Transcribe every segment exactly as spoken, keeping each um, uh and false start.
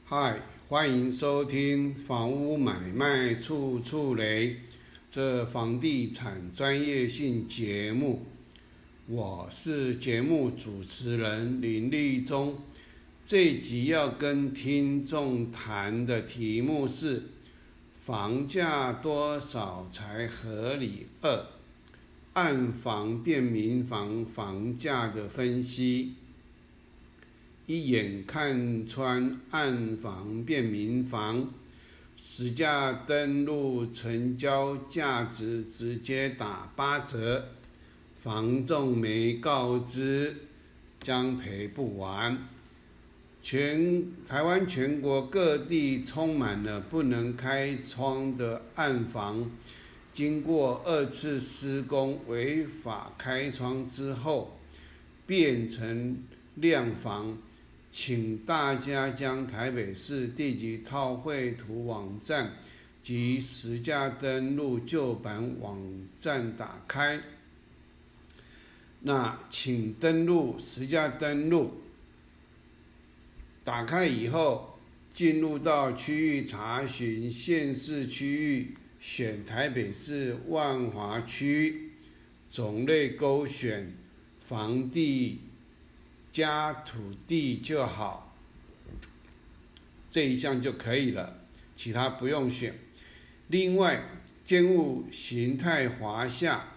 嗨，欢迎收听房屋买卖处处雷这房地产专业性节目，我是节目主持人林立忠。这一集要跟听众谈的题目是房价多少才合理二，暗房变民房房价的分析。一眼看穿暗房变民房，实价登录成交价值直接打八折，房仲没告知将赔不完。全台湾全国各地充满了不能开窗的暗房，经过二次施工违法开窗之后，变成亮房。请大家将台北市地籍套绘图网站及实价登录旧版网站打开。那请登录实价登录，打开以后，进入到区域查询县市区域，选台北市万华区，种类勾选房地加土地就好，这一项就可以了，其他不用选。另外，建物形态滑下，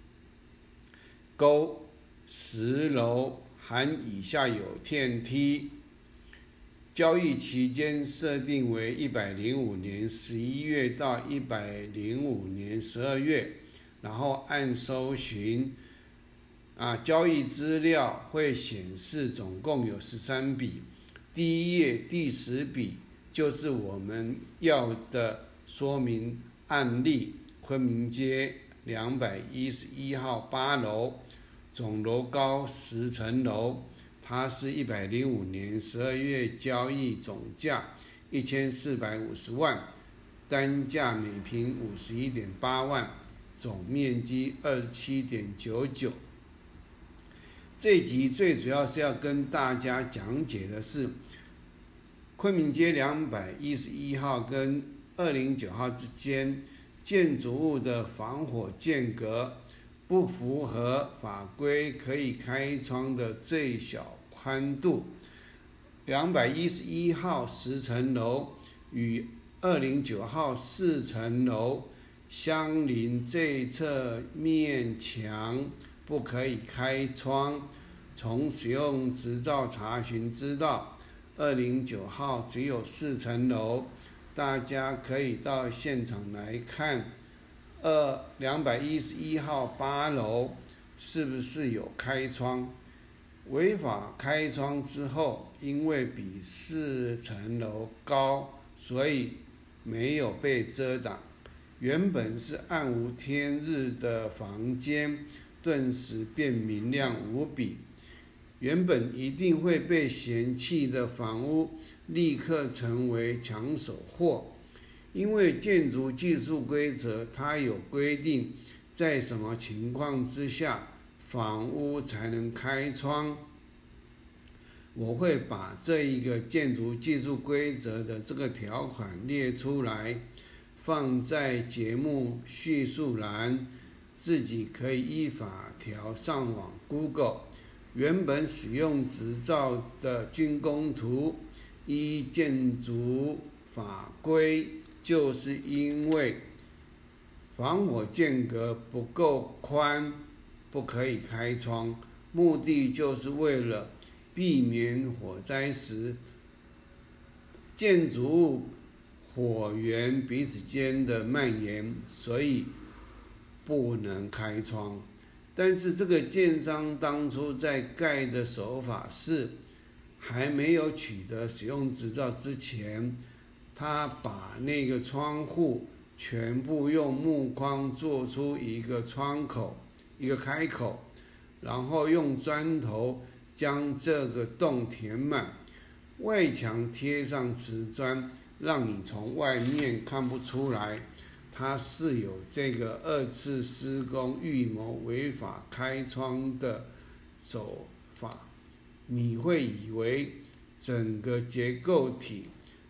勾十楼含以下有电梯，交易期间设定为一百零五年十一月到一百零五年十二月，然后按搜寻。啊，交易资料会显示总共有十三笔，第一页第十笔就是我们要的说明案例。昆明街两百一十一号八楼，总楼高十层楼，它是一百零五年十二月交易，总价一千四百五十万，单价每平五十一点八万，总面积二十七点九九。这一集最主要是要跟大家讲解的是昆明街两百一十一号跟二零九号之间建筑物的防火间隔不符合法规可以开窗的最小宽度。两百一十一号十层楼与二零九号四层楼相邻，这一侧面墙不可以开窗。从使用执照查询知道，二零九号只有四层楼，大家可以到现场来看，二两百一十一号八楼是不是有开窗？违法开窗之后，因为比四层楼高，所以没有被遮挡。原本是暗无天日的房间，顿时变明亮无比。原本一定会被嫌弃的房屋，立刻成为抢手货。因为建筑技术规则它有规定，在什么情况之下房屋才能开窗。我会把这一个建筑技术规则的这个条款列出来，放在节目叙述栏，自己可以依法条上网 Google。原本使用执照的竣工图，依建筑法规，就是因为防火间隔不够宽，不可以开窗，目的就是为了避免火灾时建筑物火源彼此间的蔓延，所以不能开窗。但是这个建商当初在盖的手法是，还没有取得使用执照之前，他把那个窗户全部用木框做出一个窗口，一个开口，然后用砖头将这个洞填满，外墙贴上瓷砖，让你从外面看不出来它是有这个二次施工预谋违法开窗的手法，你会以为整个结构体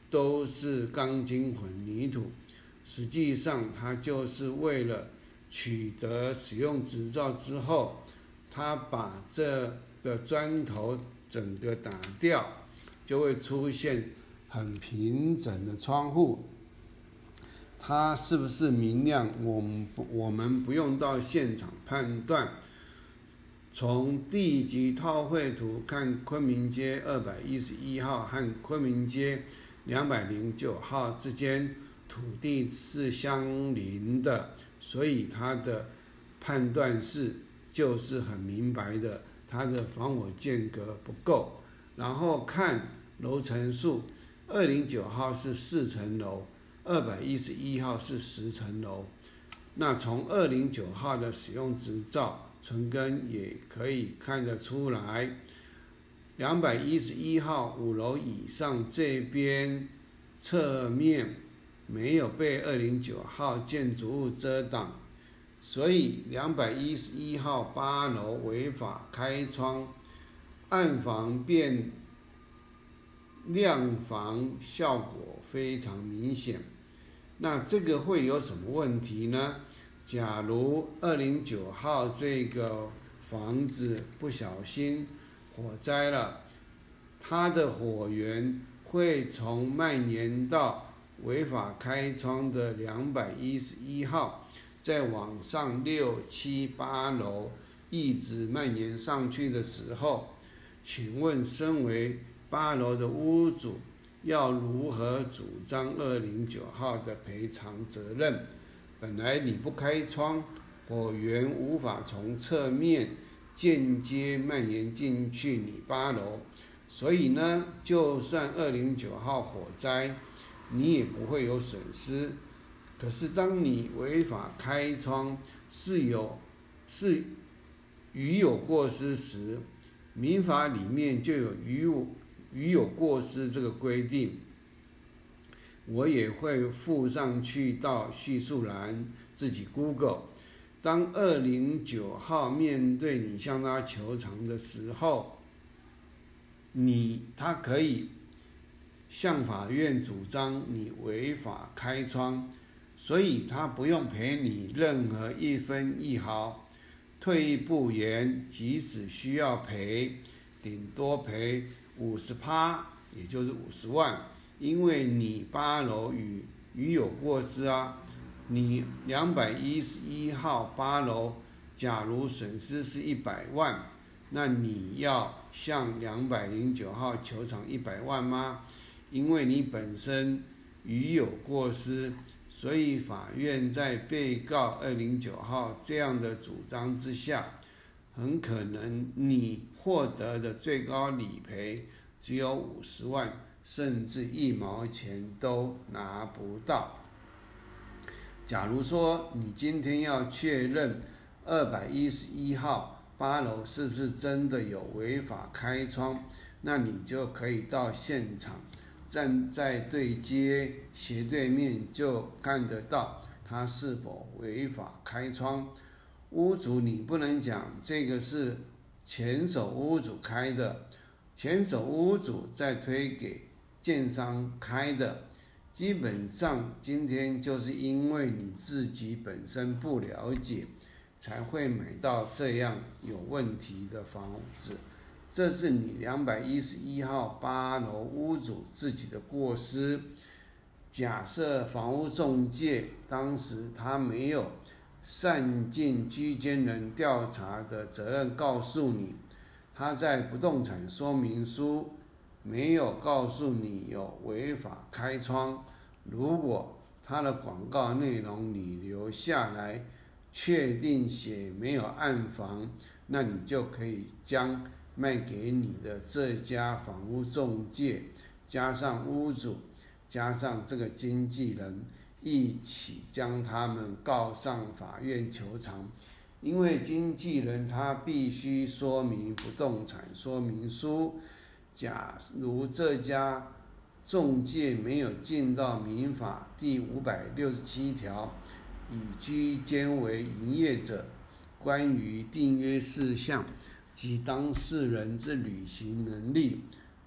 都是钢筋混凝土，实际上它就是为了取得使用执照之后，他把这个砖头整个打掉，就会出现很平整的窗户。它是不是明亮，我们我们不用到现场判断。从地级套绘图看，昆明街二百一十一号和昆明街两百零九号之间土地是相邻的，所以它的判断是就是很明白的，它的防火间隔不够。然后看楼层数，二零九号是四层楼，二百一十一号是十层楼。那从二零九号的使用执照存根也可以看得出来，两百一十一号五楼以上这边侧面没有被二零九号建筑物遮挡，所以两百一十一号八楼违法开窗，暗房变亮房，效果非常明显。那这个会有什么问题呢？假如二零九号这个房子不小心火灾了，它的火源会从蔓延到违法开窗的两百一十一号，再往上六七八楼一直蔓延上去的时候，请问身为八楼的屋主要如何主张二零九号的赔偿责任？本来你不开窗，火源无法从侧面间接蔓延进去你八楼，所以呢，就算二零九号火灾，你也不会有损失。可是当你违法开窗是有是予有过失时，民法里面就有予有予有过失这个规定，我也会附上去到叙述栏，自己 Google。当二零九号面对你向他求偿的时候，你他可以向法院主张你违法开窗，所以他不用赔你任何一分一毫。退一步言，即使需要赔，顶多赔五十趴，也就是五十万，因为你八楼与与有过失啊。你两百一十一号八楼，假如损失是一百万，那你要向两百零九号求偿一百万吗？因为你本身与有过失，所以法院在被告二零九号这样的主张之下，很可能你获得的最高理赔只有五十万，甚至一毛钱都拿不到。假如说你今天要确认二百一十一号八楼是不是真的有违法开窗，那你就可以到现场，站在对街斜对面就看得到他是否违法开窗。屋主你不能讲这个是前手屋主开的，前手屋主再推给建商开的，基本上今天就是因为你自己本身不了解，才会买到这样有问题的房子。这是你两百一十一号八楼屋主自己的过失。假设房屋中介当时他没有善尽居间人调查的责任告诉你，他在不动产说明书没有告诉你有违法开窗，如果他的广告内容你留下来，确定写没有暗房，那你就可以将卖给你的这家房屋中介加上屋主加上这个经纪人一起将他们告上法院求偿。因为经纪人他必须说明不动产说明书，假如这家中介没有尽到民法第五百六十七条以居间为营业者关于订约事项及当事人之履行能力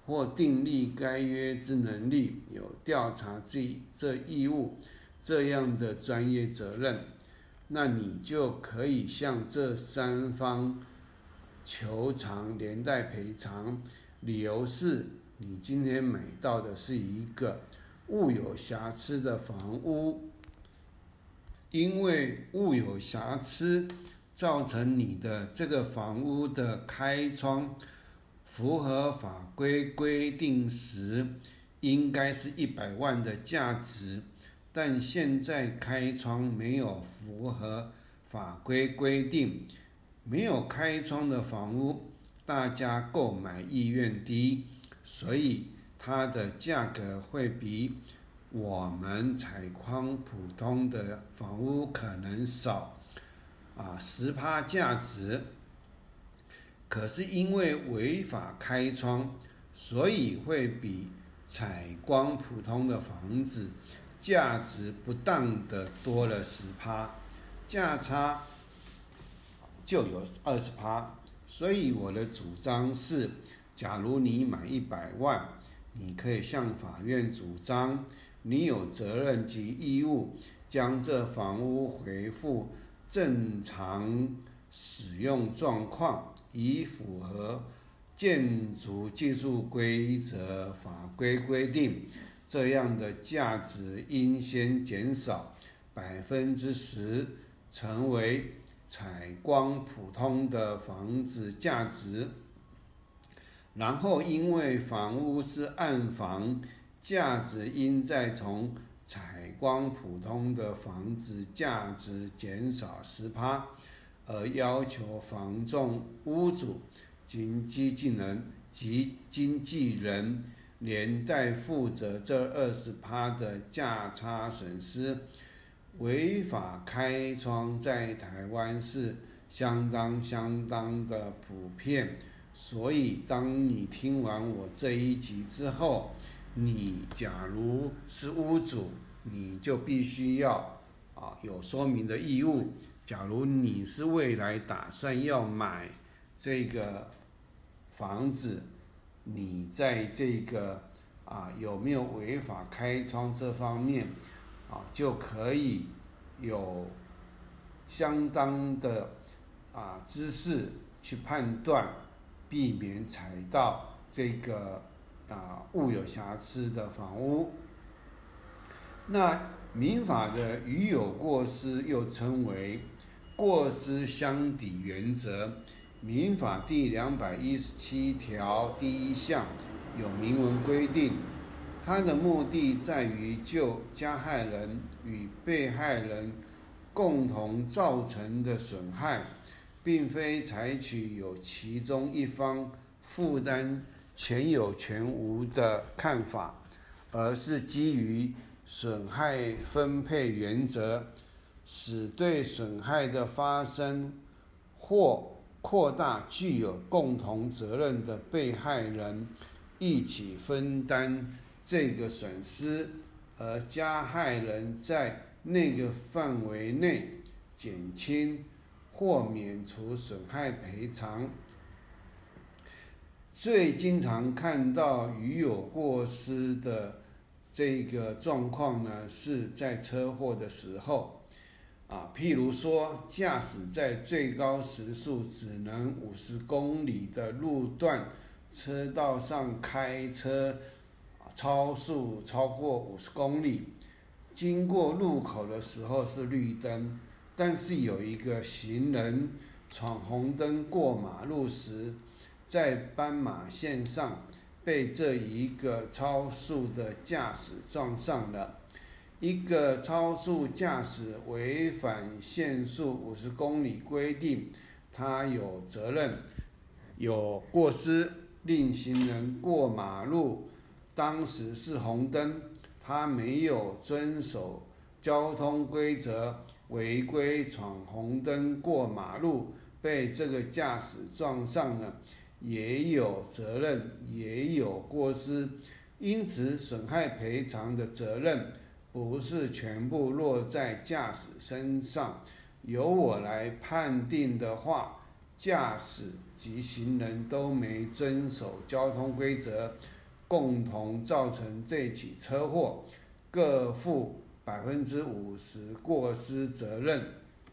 或订立该约之能力，有调查这这义务这样的专业责任，那你就可以向这三方求偿连带赔偿。理由是你今天买到的是一个物有瑕疵的房屋，因为物有瑕疵造成你的这个房屋的开窗符合法规规定时应该是一百万的价值，但现在开窗没有符合法规规定，没有开窗的房屋大家购买意愿低，所以它的价格会比我们采光普通的房屋可能少啊 百分之十 价值。可是因为违法开窗，所以会比采光普通的房子价值不当的多了 百分之十， 价差就有 百分之二十。所以我的主张是，假如你买一百万，你可以向法院主张，你有责任及义务将这房屋恢复正常使用状况，以符合建筑技术规则法规规定，这样的价值应先减少 百分之十， 成为采光普通的房子价值。然后因为房屋是暗房，价值应再从采光普通的房子价值减少 百分之十， 而要求房仲屋主经经纪人及经纪人连带负责这 百分之二十 的价差损失。违法开窗在台湾是相当相当的普遍，所以当你听完我这一集之后，你假如是屋主，你就必须要啊有说明的义务。假如你是未来打算要买这个房子，你在这个啊有没有违法开窗这方面啊，就可以有相当的啊知识去判断，避免踩到这个啊物有瑕疵的房屋。那民法的余有过失又称为过失相抵原则，民法第两百一十七条第一项有明文规定，它的目的在于就加害人与被害人共同造成的损害，并非采取有其中一方负担全有全无的看法，而是基于损害分配原则，使对损害的发生或扩大具有共同责任的被害人一起分担这个损失，而加害人在那个范围内减轻或免除损害赔偿。最经常看到余有过失的这个状况呢，是在车祸的时候啊，譬如说驾驶在最高时速只能五十公里的路段车道上开车，超速超过五十公里，经过路口的时候是绿灯，但是有一个行人闯红灯过马路时，在斑马线上被这一个超速的驾驶撞上了。一个超速驾驶违反限速五十公里规定，他有责任有过失令行人过马路，当时是红灯，他没有遵守交通规则，违规闯红灯过马路，被这个驾驶撞上了，也有责任也有过失。因此损害赔偿的责任不是全部落在驾驶身上，由我来判定的话，驾驶及行人都没遵守交通规则， 共同造成这起车祸，各负百分之五十过失责任。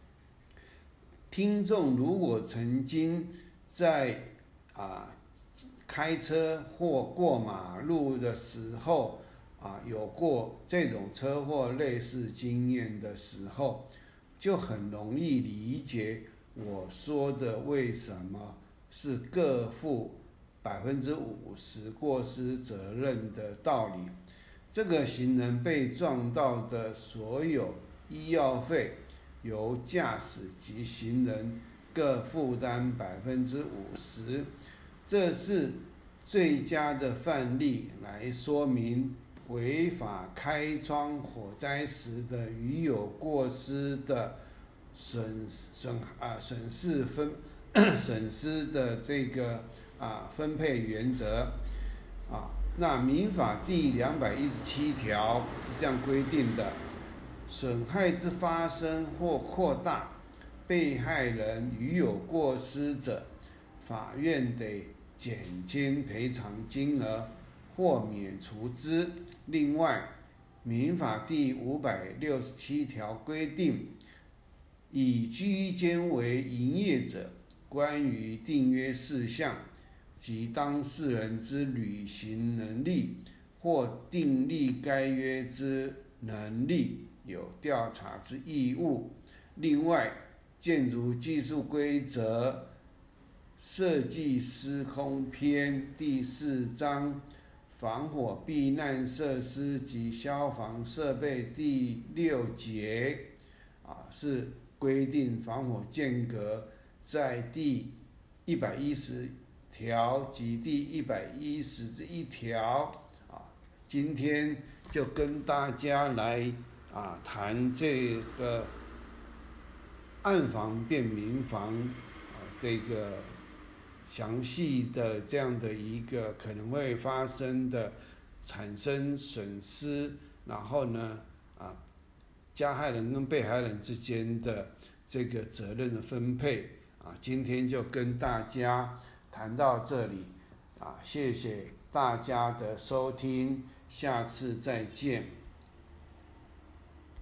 听众如果曾经在啊开车或过马路的时候啊有过这种车祸类似经验的时候，就很容易理解我说的为什么是各负百分之五十过失责任的道理。这个行人被撞到的所有医药费由驾驶及行人各负担百分之五十，这是最佳的范例来说明违法开窗火灾时的与有过失的损损啊损失分损失的这个啊分配原则啊。那民法第两百一十七条是这样规定的：损害之发生或扩大，被害人与有过失者，法院得减轻赔偿金额或免除之。另外，民法第五百六十七条规定，以居间为营业者，关于订约事项及当事人之履行能力或订立该约之能力，有调查之义务。另外，建筑技术规则设计施工篇第四章防火避难设施及消防设备第六节啊，是规定防火间隔在第一百一十条及第一百一十一条啊。今天就跟大家来啊谈这个暗房变民房啊这个详细的这样的一个可能会发生的产生损失，然后呢啊加害人跟被害人之间的这个责任的分配啊，今天就跟大家谈到这里啊，谢谢大家的收听，下次再见。